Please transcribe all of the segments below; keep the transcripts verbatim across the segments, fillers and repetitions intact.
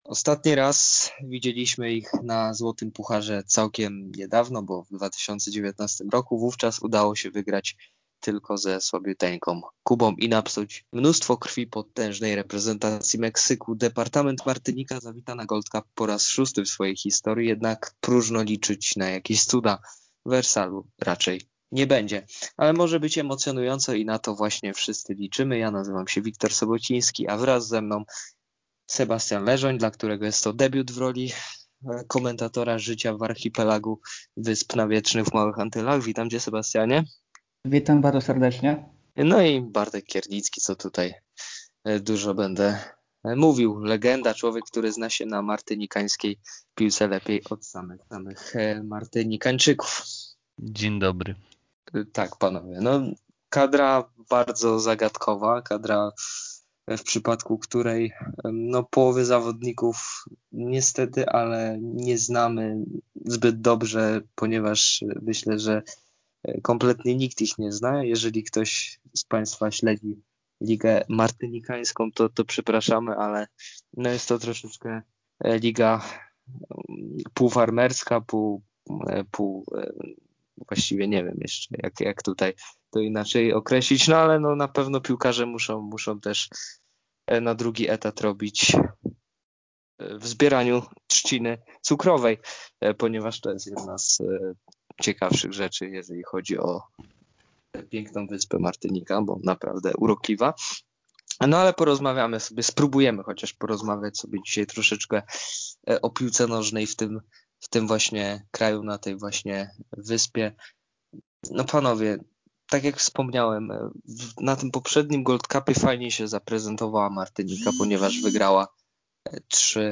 Ostatni raz widzieliśmy ich na Złotym Pucharze całkiem niedawno, bo w dwa tysiące dziewiętnastym roku. Wówczas udało się wygrać tylko ze słabiuteńką Kubą i napsuć mnóstwo krwi potężnej reprezentacji Meksyku. Departament Martynika zawita na Gold Cup po raz szósty w swojej historii, jednak próżno liczyć na jakieś cuda. Wersalu raczej nie będzie, ale może być emocjonująco i na to właśnie wszyscy liczymy. Ja nazywam się Wiktor Sobociński, a wraz ze mną Sebastian Leżoń, dla którego jest to debiut w roli komentatora życia w archipelagu Wysp Nawietrznych w Małych Antylach. Witam Cię, Sebastianie. Witam bardzo serdecznie. No i Bartek Kiernicki, co tutaj dużo będę mówił. Legenda, człowiek, który zna się na martynikańskiej piłce lepiej od samych samych martynikańczyków. Dzień dobry. Tak, panowie. No, kadra bardzo zagadkowa, kadra w przypadku której no, połowy zawodników niestety, ale nie znamy zbyt dobrze, ponieważ myślę, że kompletnie nikt ich nie zna. Jeżeli ktoś z Państwa śledzi ligę martynikańską, to, to przepraszamy, ale no jest to troszeczkę liga półfarmerska, pół, pół właściwie nie wiem jeszcze jak, jak tutaj to inaczej określić, no ale no na pewno piłkarze muszą, muszą też na drugi etat robić w zbieraniu trzciny cukrowej, ponieważ to jest jedna z ciekawszych rzeczy, jeżeli chodzi o piękną wyspę Martynika, bo naprawdę urokliwa. No ale porozmawiamy sobie, spróbujemy chociaż porozmawiać sobie dzisiaj troszeczkę o piłce nożnej w tym, w tym właśnie kraju, na tej właśnie wyspie. No panowie, tak jak wspomniałem, na tym poprzednim Gold Cupie fajnie się zaprezentowała Martynika, ponieważ wygrała trzy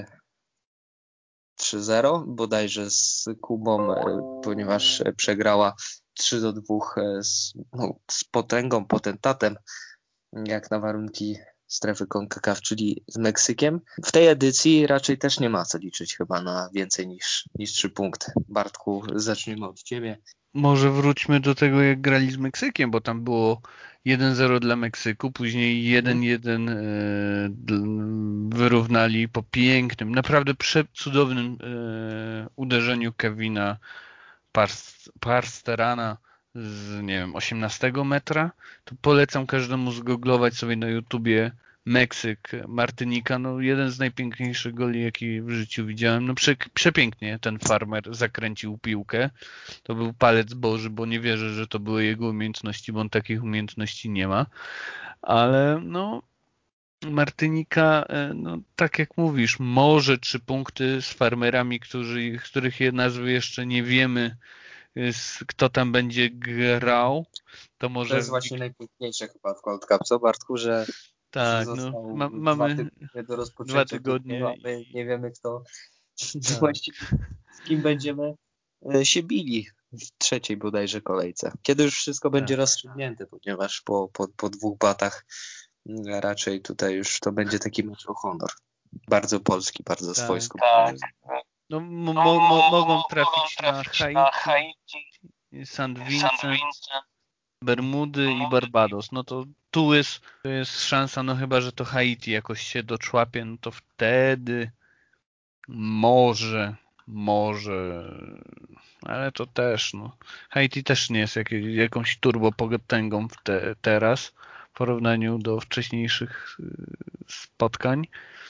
zero bodajże z Kubą, ponieważ przegrała trzy do dwóch z, no, z potęgą, potentatem, jak na warunki strefy CONCACAF, czyli z Meksykiem. W tej edycji raczej też nie ma co liczyć chyba na więcej niż, niż trzy punkty. Bartku, zaczniemy od ciebie. Może wróćmy do tego, jak grali z Meksykiem, bo tam było jeden zero dla Meksyku, później jeden jeden wyrównali po pięknym, naprawdę przecudownym uderzeniu Kevina Parsterana z, nie wiem, osiemnastego metra. To polecam każdemu zgooglować sobie na YouTubie Meksyk, Martynika, no jeden z najpiękniejszych goli, jaki w życiu widziałem. No prze, przepięknie ten farmer zakręcił piłkę. To był palec Boży, bo nie wierzę, że to były jego umiejętności, bo on takich umiejętności nie ma. Ale no Martynika, no tak jak mówisz, może trzy punkty z farmerami, którzy, których je nazwy jeszcze nie wiemy, kto tam będzie grał. To może... To jest właśnie najpiękniejsze chyba w Gold Cup, co Bartku, że tak, zostało no, ma, dwa mamy tygodnie do rozpoczęcia dwa tygodnie turnieju, a my nie wiemy kto tak. właściwie z kim będziemy się bili w trzeciej bodajże kolejce. Kiedy już wszystko będzie tak rozstrzygnięte, ponieważ po, po, po dwóch batach raczej tutaj już to będzie taki mecz o honor. Bardzo polski, bardzo tak swojsko. Tak. No, mo, mo, mo, mogą trafić na Haiti, Saint Vincent, Bermudy i Barbados. No to tu jest, to jest szansa, no chyba, że to Haiti jakoś się doczłapie, no to wtedy może, może, ale to też, no. Haiti też nie jest jak, jakąś turbopotęgą te, teraz w porównaniu do wcześniejszych spotkań,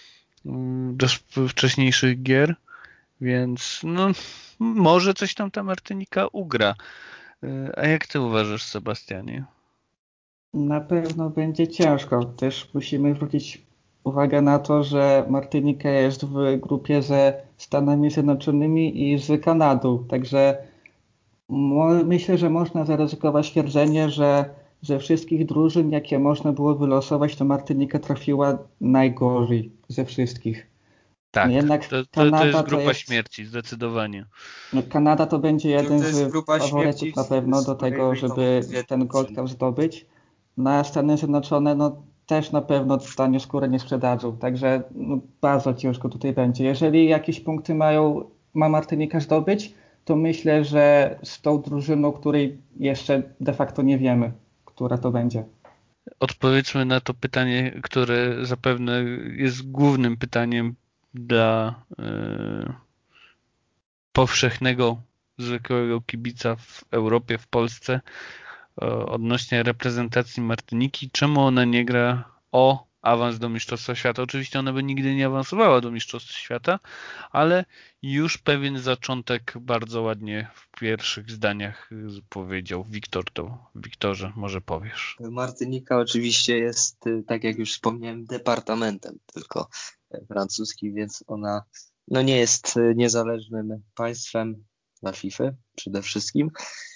do wcześniejszych gier, więc no może coś tam ta Martynika ugra. A jak ty uważasz, Sebastianie? Na pewno będzie ciężko. Też musimy zwrócić uwagę na to, że Martynika jest w grupie ze Stanami Zjednoczonymi i z Kanadą. Także mo- myślę, że można zaryzykować twierdzenie, że ze wszystkich drużyn, jakie można było wylosować, to Martynika trafiła najgorzej ze wszystkich. Tak, Jednak to, to, Kanada to jest grupa to jest, śmierci, zdecydowanie. no Kanada to będzie jeden to z faworytów na pewno do tego, żeby ten Gold Cup zdobyć. Na Stany Zjednoczone no też na pewno tanią skórę nie sprzedadzą, także no, bardzo ciężko tutaj będzie. Jeżeli jakieś punkty mają, ma Martynika zdobyć, to myślę, że z tą drużyną, której jeszcze de facto nie wiemy, która to będzie. Odpowiedzmy na to pytanie, które zapewne jest głównym pytaniem dla yy, powszechnego, zwykłego kibica w Europie, w Polsce odnośnie reprezentacji Martyniki, czemu ona nie gra o awans do Mistrzostwa Świata. Oczywiście ona by nigdy nie awansowała do Mistrzostw Świata, ale już pewien zaczątek bardzo ładnie w pierwszych zdaniach powiedział Wiktor. To Wiktorze, może powiesz. Martynika oczywiście jest, tak jak już wspomniałem, departamentem tylko francuskim, więc ona no nie jest niezależnym państwem dla FIFA przede wszystkim.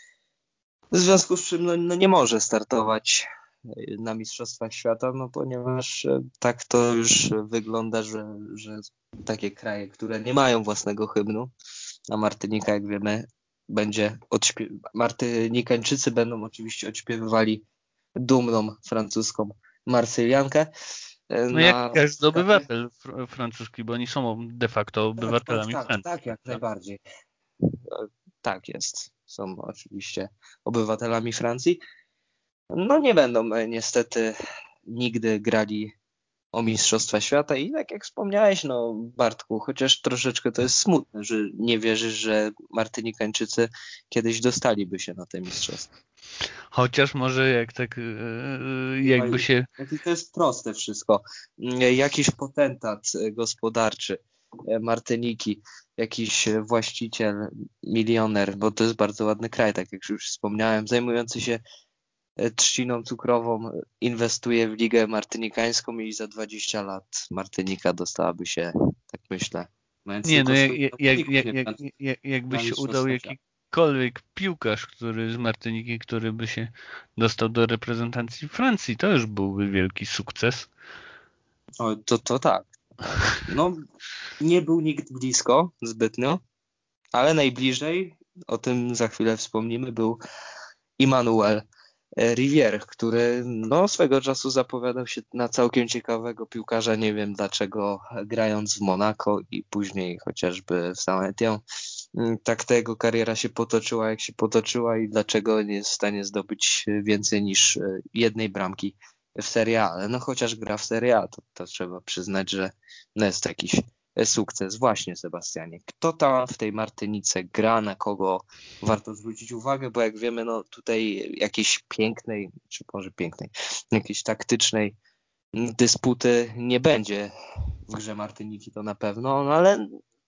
W związku z czym no, no nie może startować na Mistrzostwach Świata, no ponieważ tak to już wygląda, że, że takie kraje, które nie mają własnego hymnu, a Martynika, jak wiemy, będzie odśpiew... Martynikańczycy będą oczywiście odśpiewywali dumną francuską Marsyliankę. No na... jak każdy obywatel fr- francuski, bo oni są de facto obywatelami tak, tak, Francji. Tak, tak, jak tak? najbardziej. Tak jest. Są oczywiście obywatelami Francji. No nie będą niestety nigdy grali o Mistrzostwa Świata i tak jak wspomniałeś, no Bartku, chociaż troszeczkę to jest smutne, że nie wierzysz, że Martynikańczycy kiedyś dostaliby się na te mistrzostwa. Chociaż może jak tak yy, jakby się... To jest proste wszystko. Jakiś potentat gospodarczy Martyniki, jakiś właściciel, milioner, bo to jest bardzo ładny kraj, tak jak już wspomniałem, zajmujący się trzciną cukrową, inwestuje w ligę martynikańską i za dwadzieścia lat Martynika dostałaby się, tak myślę. Nie, no jak, jak, jak, jak, jak, jakby się udał jakikolwiek piłkarz, który z Martyniki, który by się dostał do reprezentacji Francji, to już byłby wielki sukces. O, to, to tak. No, nie był nikt blisko zbytnio, ale najbliżej, o tym za chwilę wspomnimy, był Emmanuel Rivière, który no, swego czasu zapowiadał się na całkiem ciekawego piłkarza, nie wiem dlaczego, grając w Monaco i później chociażby w Saint-Étienne. Tak ta jego kariera się potoczyła, jak się potoczyła i dlaczego nie jest w stanie zdobyć więcej niż jednej bramki w Serie A. Ale no chociaż gra w Serie A, to, to trzeba przyznać, że no jest jakiś sukces. Właśnie, Sebastianie. Kto tam w tej Martynice gra, na kogo warto zwrócić uwagę, bo jak wiemy, no tutaj jakiejś pięknej, czy może pięknej, jakiejś taktycznej dysputy nie będzie w grze Martyniki, to na pewno, no ale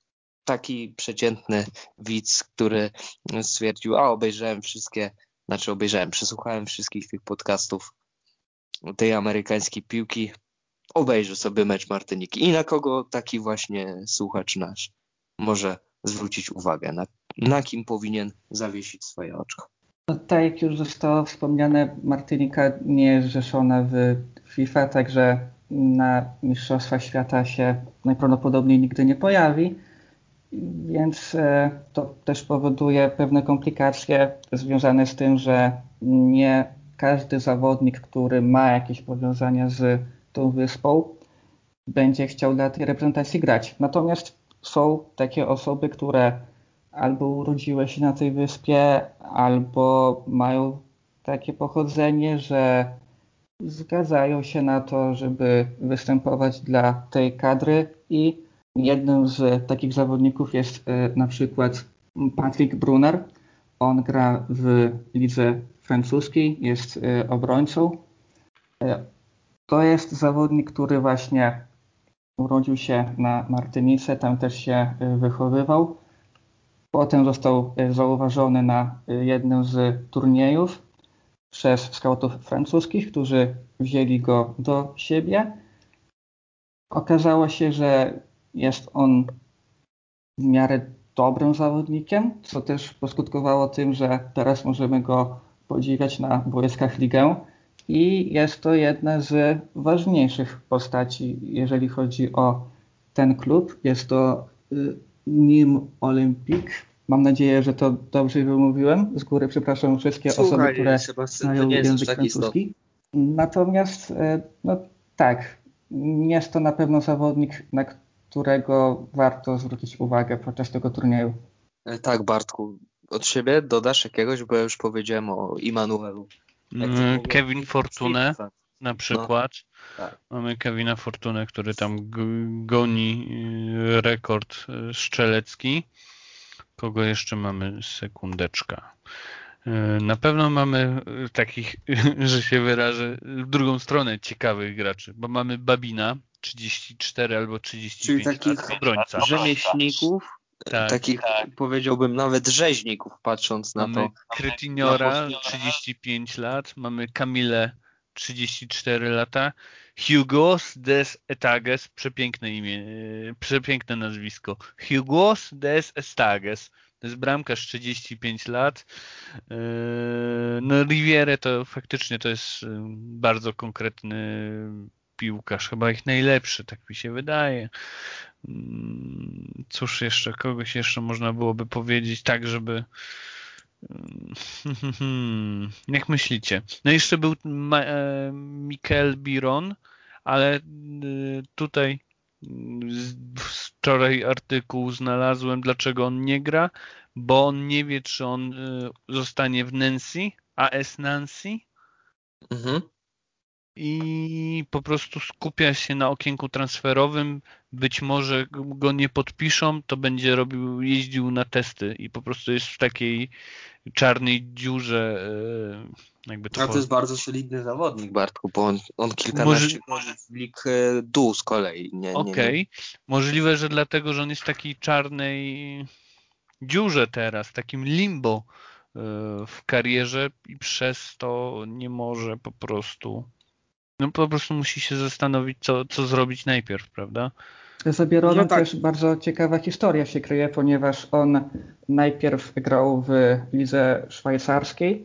taki przeciętny widz, który stwierdził, a obejrzałem wszystkie, znaczy obejrzałem, przesłuchałem wszystkich tych podcastów tej amerykańskiej piłki, obejrzy sobie mecz Martyniki i na kogo taki właśnie słuchacz nasz może zwrócić uwagę, na, na kim powinien zawiesić swoje oczko. No, tak jak już zostało wspomniane, Martynika nie jest zrzeszona w FIFA, także na Mistrzostwach Świata się najprawdopodobniej nigdy nie pojawi, więc to też powoduje pewne komplikacje związane z tym, że nie każdy zawodnik, który ma jakieś powiązania z tą wyspą, będzie chciał dla tej reprezentacji grać. Natomiast są takie osoby, które albo urodziły się na tej wyspie, albo mają takie pochodzenie, że zgadzają się na to, żeby występować dla tej kadry i jednym z takich zawodników jest na przykład Patrick Brunner. On gra w lidze francuskiej, jest obrońcą. To jest zawodnik, który właśnie urodził się na Martynice, tam też się wychowywał. Potem został zauważony na jednym z turniejów przez skautów francuskich, którzy wzięli go do siebie. Okazało się, że jest on w miarę dobrym zawodnikiem, co też poskutkowało tym, że teraz możemy go podziwiać na boiskach Ligę. I jest to jedna z ważniejszych postaci, jeżeli chodzi o ten klub. Jest to Nîmes Olympique. Mam nadzieję, że to dobrze wymówiłem. Z góry przepraszam wszystkie Słuchaj, osoby, które Sebastian, znają język francuski. Natomiast no tak, jest to na pewno zawodnik, na którego warto zwrócić uwagę podczas tego turnieju. Tak, Bartku, od siebie dodasz jakiegoś, bo ja już powiedziałem o Emmanuelu. Mm, Kevin Fortune. Na przykład. No, tak. Mamy Kevina Fortunę, który tam g- goni y, rekord y, strzelecki. Kogo jeszcze mamy? Sekundeczka. Y, Na pewno mamy y, takich, że się wyrażę, w drugą stronę ciekawych graczy, bo mamy Babina, trzydzieści cztery albo trzydzieści Czyli pięć takich lat, obrońca. rzemieślników, Tak. takich powiedziałbym nawet rzeźników, patrząc na Mamy to. Krytiniora, trzydzieści pięć lat, mamy Kamilę, trzydzieści cztery lata, Hugos des Estages, przepiękne imię, e, przepiękne nazwisko, Hugos des Estages, to jest bramkarz, trzydzieści pięć lat. E, No Riviere to faktycznie to jest e, bardzo konkretny piłkarz, chyba ich najlepszy, tak mi się wydaje. Mm, Cóż jeszcze, kogoś jeszcze można byłoby powiedzieć tak, żeby Hmm, jak myślicie? No jeszcze był Ma- e, Mikel Biron, ale y, tutaj y, z- wczoraj artykuł znalazłem, dlaczego on nie gra, bo on nie wie, czy on y, zostanie w Nancy, A S Nancy, Mhm. i po prostu skupia się na okienku transferowym. Być może go nie podpiszą, to będzie robił, jeździł na testy i po prostu jest w takiej czarnej dziurze, e, jakby to A to po... jest bardzo solidny zawodnik, Bartku, bo on, on Może- kilkanaście goli w Lig e, dół z kolei. Nie, nie, Okej, nie. możliwe, że dlatego, że on jest w takiej czarnej dziurze teraz, w takim limbo e, w karierze i przez to nie może po prostu, no po prostu musi się zastanowić, co, co zrobić najpierw, prawda? Za Bironem No tak. też bardzo ciekawa historia się kryje, ponieważ on najpierw grał w lidze szwajcarskiej,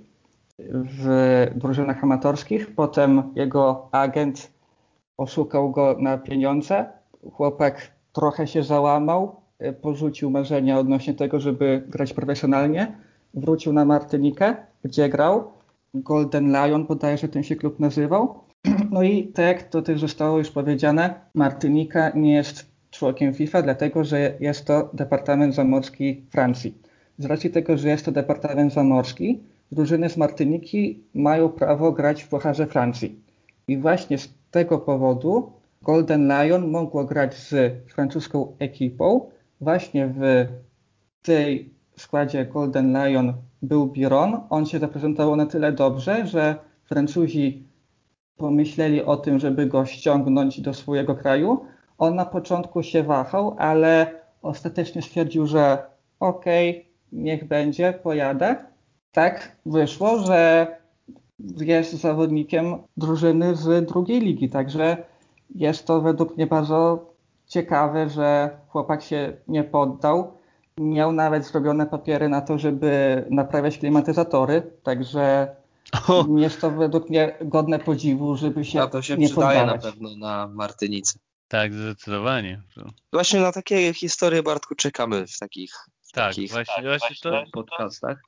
w drużynach amatorskich, potem jego agent oszukał go na pieniądze. Chłopak trochę się załamał, y, porzucił marzenia odnośnie tego, żeby grać profesjonalnie. Wrócił na Martynikę, gdzie grał. Golden Lion bodajże ten się klub nazywał. No i tak jak to też zostało już powiedziane, Martynika nie jest członkiem FIFA, dlatego że jest to Departament Zamorski Francji. Z racji tego, że jest to Departament Zamorski, drużyny z Martyniki mają prawo grać w Pucharze Francji. I właśnie z tego powodu Golden Lion mogło grać z francuską ekipą. Właśnie w tej składzie Golden Lion był Biron. On się zaprezentował na tyle dobrze, że Francuzi pomyśleli o tym, żeby go ściągnąć do swojego kraju. On na początku się wahał, ale ostatecznie stwierdził, że okej, okay, niech będzie, pojadę. Tak wyszło, że jest zawodnikiem drużyny z drugiej ligi, także jest to według mnie bardzo ciekawe, że chłopak się nie poddał. Miał nawet zrobione papiery na to, żeby naprawiać klimatyzatory, także O, jest to według mnie godne podziwu, żeby się, A to się nie przydaje poddawać. na pewno na Martynice. tak, zdecydowanie. To- Właśnie na takie historie, Bartku, czekamy w takich, w Tak, takich właśnie, właśnie to, podcastach.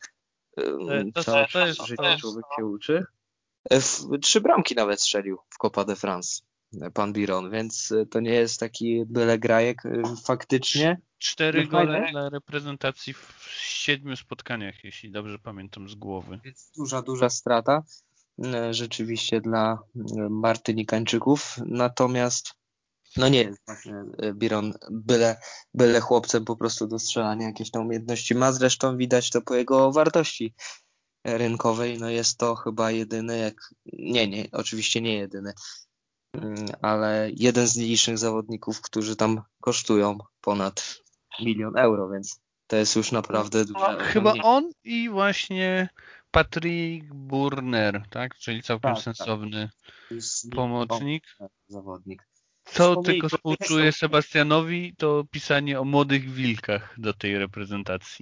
Ym, to, Całe to jest życie to. człowiek się uczy. E, w- Trzy bramki nawet strzelił w Copa de France e, pan Biron, więc e, to nie jest taki byle grajek e, faktycznie. Cztery No gole fajne. dla reprezentacji w siedmiu spotkaniach, jeśli dobrze pamiętam z głowy. Więc duża, duża strata e, rzeczywiście dla e, Martynikańczyków. Natomiast no nie jest właśnie e, Biron byle, byle chłopcem po prostu do strzelania, jakieś tam umiejętności ma. Zresztą widać to po jego wartości rynkowej. No jest to chyba jedyny, jak nie, nie, oczywiście nie jedyny, mm, ale jeden z nielicznych zawodników, którzy tam kosztują ponad milion euro, więc to jest już naprawdę duże Chyba osiągnięcie. on i właśnie Patrick Burner, tak? Czyli całkiem Tak, tak. sensowny To jest pomocnik. zawodnik. Co tylko Wspomnieliśmy, współczuję Sebastianowi, to pisanie o młodych wilkach do tej reprezentacji.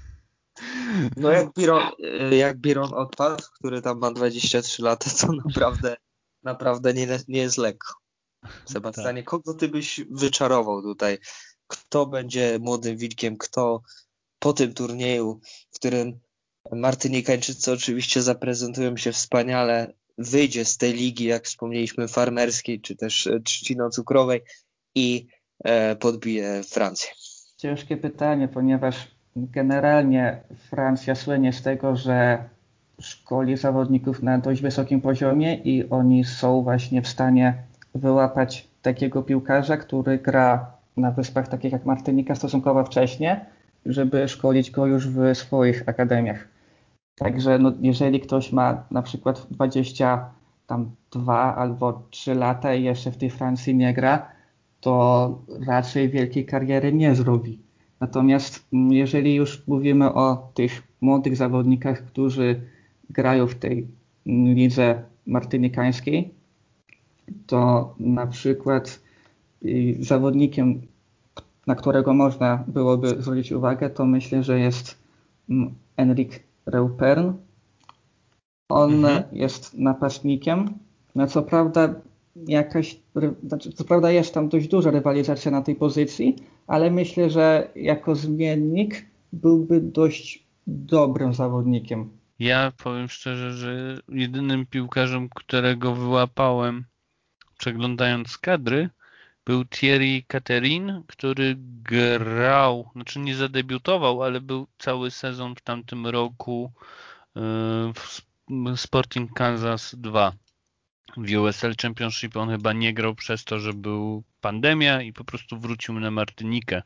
no jak Biron, jak Biron odpadł, który tam ma dwadzieścia trzy lata, to naprawdę, naprawdę nie, nie jest lekko. Sebastianie, kogo ty byś wyczarował tutaj? Kto będzie młodym wilkiem? Kto po tym turnieju, w którym Martynikańczycy oczywiście zaprezentują się wspaniale, wyjdzie z tej ligi, jak wspomnieliśmy, farmerskiej, czy też trzcino-cukrowej i e, podbije Francję? Ciężkie pytanie, ponieważ generalnie Francja słynie z tego, że szkoli zawodników na dość wysokim poziomie i oni są właśnie w stanie wyłapać takiego piłkarza, który gra na wyspach takich jak Martynika stosunkowo wcześnie, żeby szkolić go już w swoich akademiach. Także no, jeżeli ktoś ma na przykład dwadzieścia dwa albo trzy lata i jeszcze w tej Francji nie gra, to raczej wielkiej kariery nie zrobi. Natomiast jeżeli już mówimy o tych młodych zawodnikach, którzy grają w tej lidze martynikańskiej, to na przykład zawodnikiem, na którego można byłoby zwrócić uwagę, to myślę, że jest Henrik Reupern. On mhm. jest napastnikiem. No co prawda jakaś, znaczy, co prawda jest tam dość duża rywalizacja na tej pozycji, ale myślę, że jako zmiennik byłby dość dobrym zawodnikiem. Ja powiem szczerze, że jedynym piłkarzem, którego wyłapałem przeglądając kadry, był Thierry Catherine, który grał, znaczy nie zadebiutował, ale był cały sezon w tamtym roku w Sporting Kansas dwa. W U S L Championship on chyba nie grał przez to, że był pandemia i po prostu wrócił na Martynikę.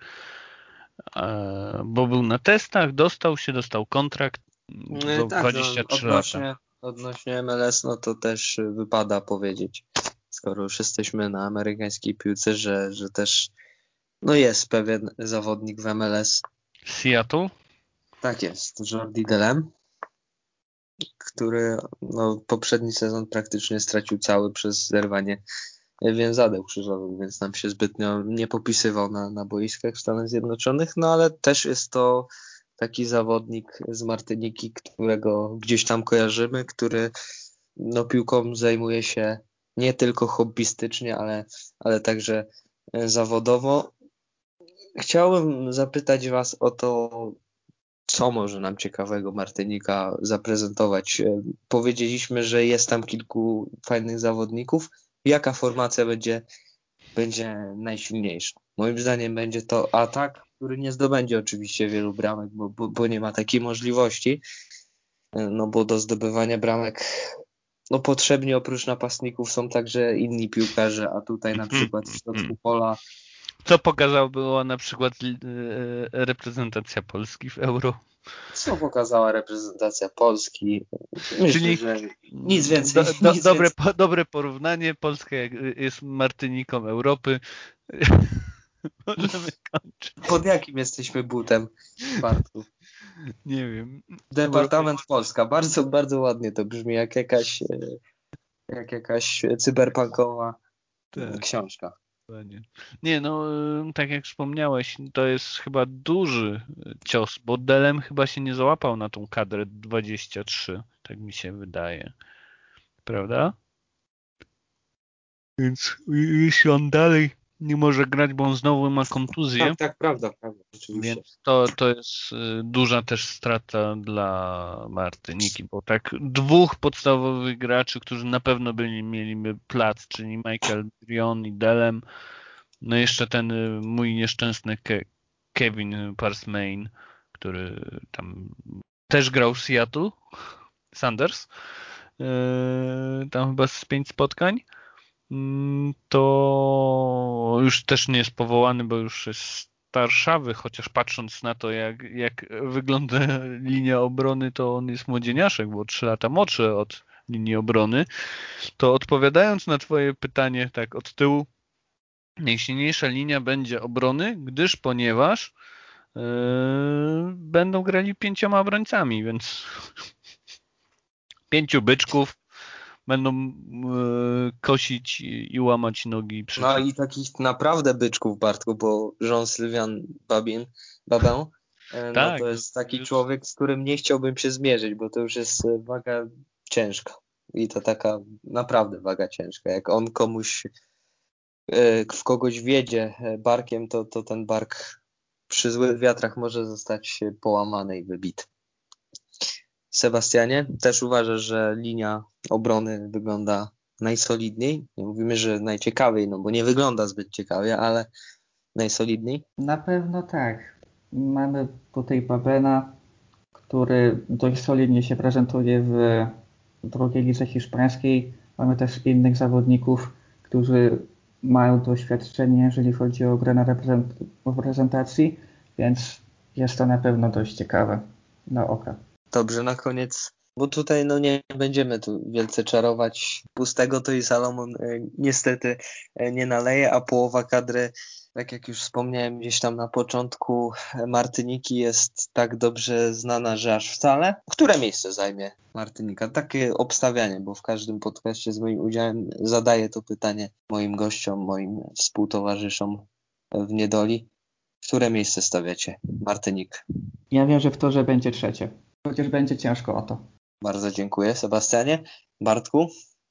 Bo był na testach, dostał się, dostał kontrakt no, tak, dwadzieścia trzy no, odnośnie, lata. Odnośnie M L S, no to też wypada powiedzieć, skoro już jesteśmy na amerykańskiej piłce, że, że też no jest pewien zawodnik w M L S. Seattle? Tak jest, Jordi Delem, który no, poprzedni sezon praktycznie stracił cały przez zerwanie więzadeł krzyżowych, więc nam się zbytnio nie popisywał na, na boiskach w Stanach Zjednoczonych, no ale też jest to taki zawodnik z Martyniki, którego gdzieś tam kojarzymy, który no, piłką zajmuje się nie tylko hobbystycznie, ale, ale także zawodowo. Chciałbym zapytać Was o to, co może nam ciekawego Martynika zaprezentować. Powiedzieliśmy, że jest tam kilku fajnych zawodników. Jaka formacja będzie, będzie najsilniejsza? Moim zdaniem będzie to atak, który nie zdobędzie oczywiście wielu bramek, bo, bo, bo nie ma takiej możliwości. No bo do zdobywania bramek no potrzebni oprócz napastników są także inni piłkarze, a tutaj na przykład w środku pola. Co pokazał była na przykład reprezentacja Polski w Euro? Co pokazała reprezentacja Polski? Myślę, Czyli że nic więcej. Do, do, nic dobre, więcej. po, dobre porównanie. Polska jest Martyniką Europy. Możemy kończyć. Pod jakim jesteśmy butem, Bartku? Nie wiem. Departament Polska. Bardzo, bardzo ładnie to brzmi, jak jakaś, jak jakaś cyberpunkowa tak. książka. Nie, no tak jak wspomniałeś, to jest chyba duży cios, bo Delem chyba się nie załapał na tą kadrę dwadzieścia trzy, tak mi się wydaje. Prawda? Więc jeśli on dalej nie może grać, bo on znowu ma kontuzję. Tak, tak, prawda, prawda, rzeczywiście. Więc to, to jest duża też strata dla Martyniki, bo tak dwóch podstawowych graczy, którzy na pewno byli, mieliby plac, czyli Michael Brion i Delem, no jeszcze ten mój nieszczęsny Ke- Kevin Parsmain, który tam też grał w Seattle, Sanders, yy, tam chyba z pięć spotkań, to już też nie jest powołany, bo już jest starszawy, chociaż patrząc na to, jak, jak wygląda linia obrony, to on jest młodzieniaszek, bo trzy lata młodszy od linii obrony. To odpowiadając na twoje pytanie tak od tyłu, najsilniejsza linia będzie obrony, gdyż ponieważ yy, będą grali pięcioma obrońcami, więc pięciu byczków będą yy, kosić i, i łamać nogi. Przy... No i takich naprawdę byczków, Bartku, bo Jean-Sylvain Babin, Babin, no tak, to jest taki już... człowiek, z którym nie chciałbym się zmierzyć, bo to już jest waga ciężka. I to taka naprawdę waga ciężka. Jak on komuś w kogoś wiedzie barkiem, to, to ten bark przy złych wiatrach może zostać połamany i wybity. Sebastianie, też uważasz, że linia obrony wygląda najsolidniej? Nie mówimy, że najciekawiej, no bo nie wygląda zbyt ciekawie, ale najsolidniej? Na pewno tak. Mamy tutaj Babena, który dość solidnie się prezentuje w drugiej lidze hiszpańskiej. Mamy też innych zawodników, którzy mają doświadczenie, jeżeli chodzi o grę na reprezent- w reprezentacji, więc jest to na pewno dość ciekawe na oko. Dobrze, na koniec, bo tutaj no nie będziemy tu wielce czarować. Pustego to i Salomon e, niestety e, nie naleje, a połowa kadry, tak jak już wspomniałem gdzieś tam na początku, Martyniki jest tak dobrze znana, że aż wcale. Które miejsce zajmie Martynika? Takie obstawianie, bo w każdym podcaście z moim udziałem zadaję to pytanie moim gościom, moim współtowarzyszom w Niedoli. Które miejsce stawiacie, Martynik? Ja wierzę w to, że będzie trzecie, chociaż będzie ciężko o to. Bardzo dziękuję, Sebastianie. Bartku?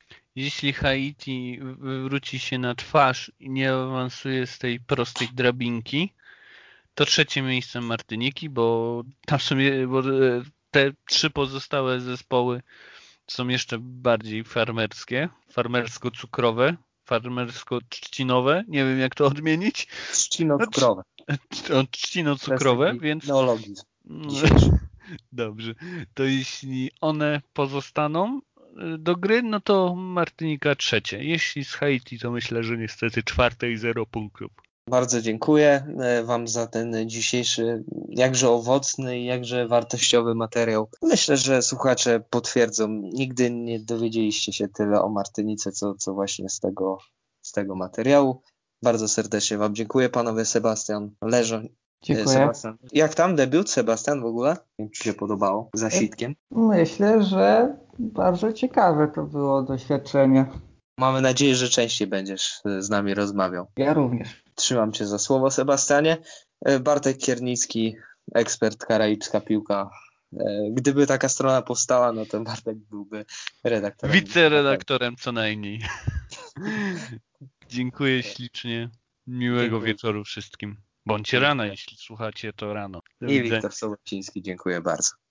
Jeśli Haiti wróci się na twarz i nie awansuje z tej prostej drabinki, to trzecie miejsce Martyniki, bo tam są, bo te trzy pozostałe zespoły są jeszcze bardziej farmerskie, farmersko-cukrowe, farmersko-trzcinowe, nie wiem jak to odmienić. Trzcino-cukrowe. Trzcino-cukrowe, więc... Neologizm dzisiejszy. Dobrze, to jeśli one pozostaną do gry, no to Martynika trzecie. Jeśli z Haiti, to myślę, że niestety czwarte i zero punktów. Bardzo dziękuję Wam za ten dzisiejszy jakże owocny i jakże wartościowy materiał. Myślę, że słuchacze potwierdzą. Nigdy nie dowiedzieliście się tyle o Martynice, co, co właśnie z tego, z tego materiału. Bardzo serdecznie Wam dziękuję, panowie. Sebastian, Leżo. Dziękuję. Sebastian. Jak tam debiut, Sebastian, w ogóle? Jak Ci się podobało? Za sitkiem? Myślę, że bardzo ciekawe to było doświadczenie. Mamy nadzieję, że częściej będziesz z nami rozmawiał. Ja również. Trzymam Cię za słowo, Sebastianie. Bartek Kiernicki, ekspert Karaibska Piłka. Gdyby taka strona powstała, no to Bartek byłby redaktorem. Wiceredaktorem co najmniej. Dziękuję ślicznie. Miłego Dziękuję. wieczoru wszystkim. Bądźcie rano, jeśli słuchacie to rano. Do I widzenia. Wiktor Sołociński, dziękuję bardzo.